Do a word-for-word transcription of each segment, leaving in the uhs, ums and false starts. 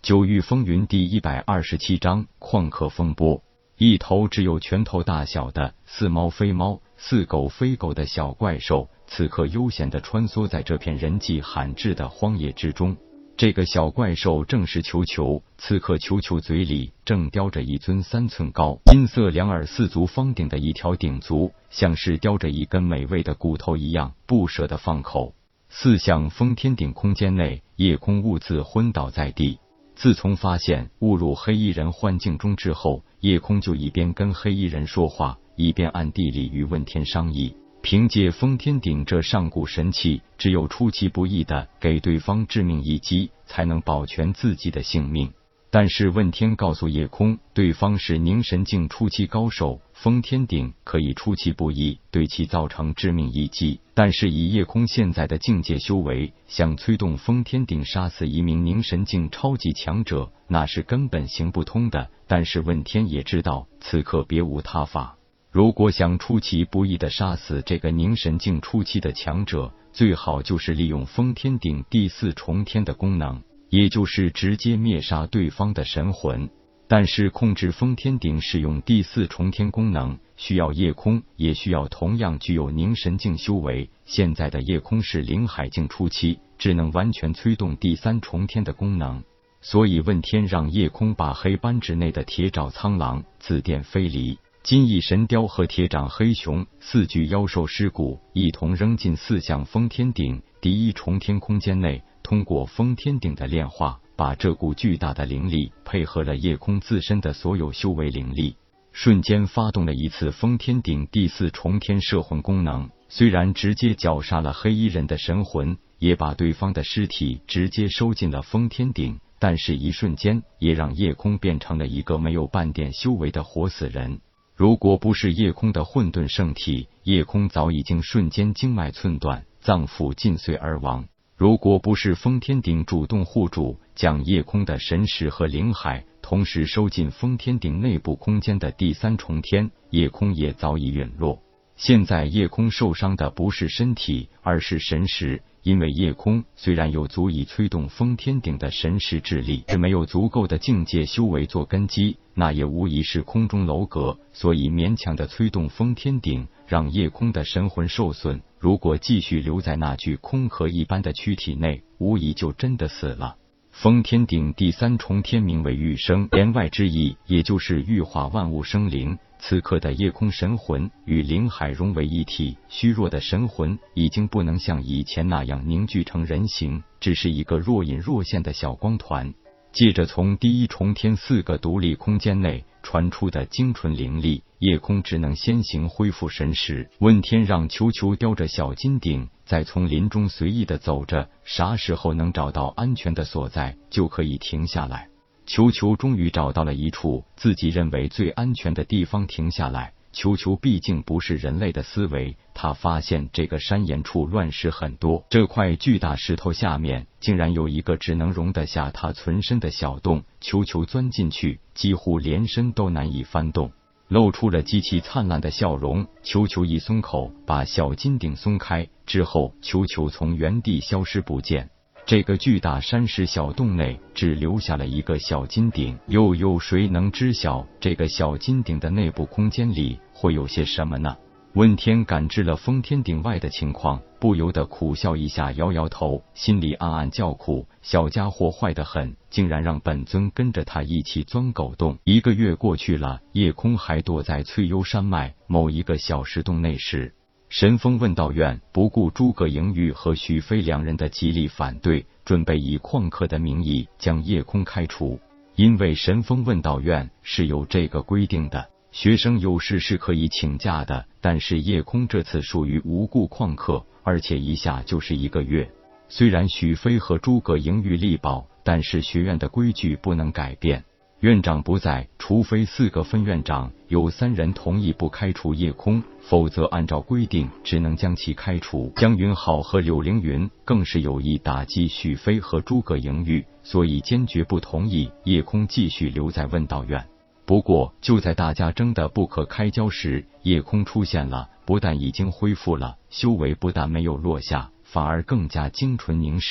九域风云第一百二十七章旷课风波。一头只有拳头大小的似猫非猫、似狗非狗的小怪兽，此刻悠闲地穿梭在这片人迹罕至的荒野之中。这个小怪兽正是球球，此刻球球嘴里正叼着一尊三寸高、金色两耳四足方顶的一条鼎足，像是叼着一根美味的骨头一样，不舍得放口。四象封天鼎空间内，夜空兀自昏倒在地。自从发现误入黑衣人幻境中之后，夜空就一边跟黑衣人说话，一边暗地里与问天商议。凭借封天鼎这上古神器，只有出其不意的给对方致命一击，才能保全自己的性命。但是问天告诉夜空，对方是凝神境初期高手，封天鼎可以出其不意对其造成致命一击，但是以夜空现在的境界修为，想催动封天鼎杀死一名凝神境超级强者，那是根本行不通的。但是问天也知道，此刻别无他法。如果想出其不意的杀死这个凝神境初期的强者，最好就是利用封天鼎第四重天的功能，也就是直接灭杀对方的神魂。但是控制封天鼎使用第四重天功能，需要夜空，也需要同样具有凝神境修为。现在的夜空是灵海境初期，只能完全催动第三重天的功能。所以问天让夜空把黑扳指内的铁爪苍狼、紫电飞离、金翼神雕和铁掌黑熊四具妖兽尸骨一同扔进四象封天鼎第一重天空间内，通过封天鼎的炼化，把这股巨大的灵力配合了夜空自身的所有修为灵力，瞬间发动了一次封天鼎第四重天摄魂功能。虽然直接绞杀了黑衣人的神魂，也把对方的尸体直接收进了封天鼎，但是一瞬间也让夜空变成了一个没有半点修为的活死人。如果不是夜空的混沌圣体，夜空早已经瞬间经脉寸断，脏腑尽碎而亡。如果不是封天鼎主动护主，将夜空的神识和灵海同时收进封天鼎内部空间的第三重天，夜空也早已陨落。现在夜空受伤的不是身体，而是神识，因为夜空虽然有足以催动封天鼎的神识之力，是没有足够的境界修为做根基，那也无疑是空中楼阁，所以勉强的催动封天鼎，让夜空的神魂受损。如果继续留在那具空壳一般的躯体内，无疑就真的死了。封天鼎第三重天名为玉生，言外之意也就是玉化万物生灵。此刻的夜空神魂与灵海融为一体，虚弱的神魂已经不能像以前那样凝聚成人形，只是一个若隐若现的小光团。借着从第一重天四个独立空间内传出的精纯灵力，夜空只能先行恢复神识。问天让球球叼着小金鼎在丛林中随意的走着，啥时候能找到安全的所在，就可以停下来。球球终于找到了一处自己认为最安全的地方停下来。球球毕竟不是人类的思维，他发现这个山岩处乱石很多，这块巨大石头下面竟然有一个只能容得下他存身的小洞。球球钻进去，几乎连身都难以翻动，露出了极其灿烂的笑容。球球一松口，把小金鼎松开之后，球球从原地消失不见。这个巨大山石小洞内只留下了一个小金鼎，又有谁能知晓这个小金鼎的内部空间里会有些什么呢？问天感知了封天鼎外的情况，不由得苦笑一下，摇摇头，心里暗暗叫苦，小家伙坏得很，竟然让本尊跟着他一起钻狗洞。一个月过去了，夜空还躲在翠幽山脉某一个小石洞内时，神风问道院不顾诸葛莹玉和许飞两人的极力反对，准备以旷课的名义将夜空开除。因为神风问道院是有这个规定的，学生有事是可以请假的，但是夜空这次属于无故旷课，而且一下就是一个月。虽然许飞和诸葛莹玉力保，但是学院的规矩不能改变。院长不在，除非四个分院长有三人同意不开除夜空，否则按照规定只能将其开除。江云浩和柳凌云更是有意打击许飞和诸葛莹玉，所以坚决不同意夜空继续留在问道院。不过就在大家争得不可开交时，夜空出现了，不但已经恢复了修为，不但没有落下，反而更加精纯凝实。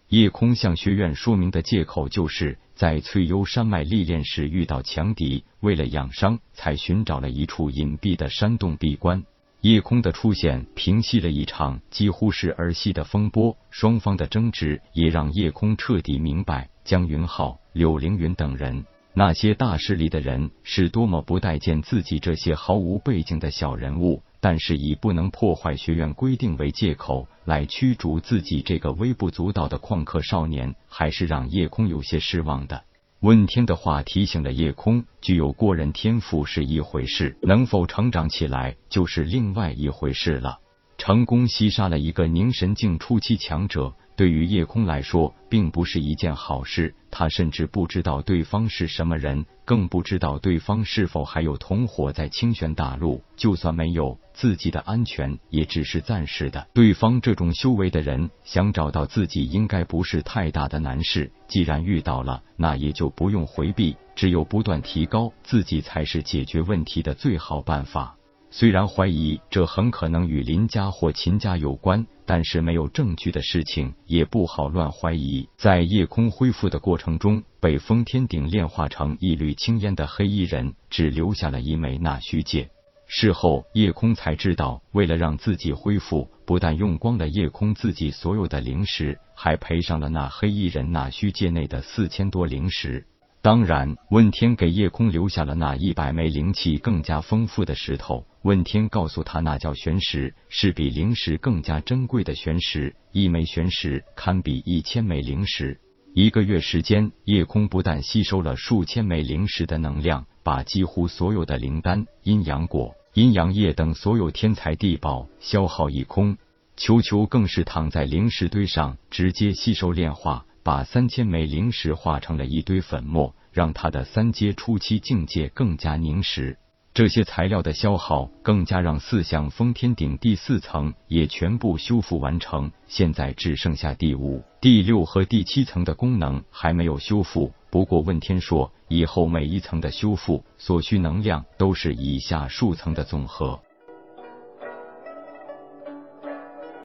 叶空向学院说明的借口就是在翠幽山脉历练时遇到强敌，为了养伤才寻找了一处隐蔽的山洞闭关。叶空的出现平息了一场几乎是儿戏的风波，双方的争执也让叶空彻底明白江云浩、柳凌云等人那些大势力的人是多么不待见自己这些毫无背景的小人物，但是以不能破坏学院规定为借口来驱逐自己这个微不足道的旷课少年，还是让叶空有些失望的。问天的话提醒了叶空，具有过人天赋是一回事，能否成长起来就是另外一回事了。成功袭杀了一个凝神境初期强者，对于叶空来说并不是一件好事，他甚至不知道对方是什么人，更不知道对方是否还有同伙在清玄大陆，就算没有，自己的安全也只是暂时的。对方这种修为的人想找到自己应该不是太大的难事，既然遇到了，那也就不用回避，只有不断提高自己才是解决问题的最好办法。虽然怀疑这很可能与林家或秦家有关，但是没有证据的事情也不好乱怀疑。在夜空恢复的过程中，被封天鼎炼化成一缕青烟的黑衣人只留下了一枚纳虚界。事后夜空才知道，为了让自己恢复，不但用光了夜空自己所有的灵石，还赔上了那黑衣人纳虚界内的四千多灵石。当然，问天给叶空留下了那一百枚灵气更加丰富的石头。问天告诉他，那叫玄石，是比灵石更加珍贵的玄石，一枚玄石堪比一千枚灵石。一个月时间，叶空不但吸收了数千枚灵石的能量，把几乎所有的灵丹、阴阳果、阴阳液等所有天材地宝消耗一空。球球更是躺在灵石堆上直接吸收炼化，把三千枚灵石化成了一堆粉末，让他的三阶初期境界更加凝实。这些材料的消耗更加让四象封天鼎第四层也全部修复完成，现在只剩下第五、第六和第七层的功能还没有修复。不过问天说，以后每一层的修复所需能量都是以下数层的总和。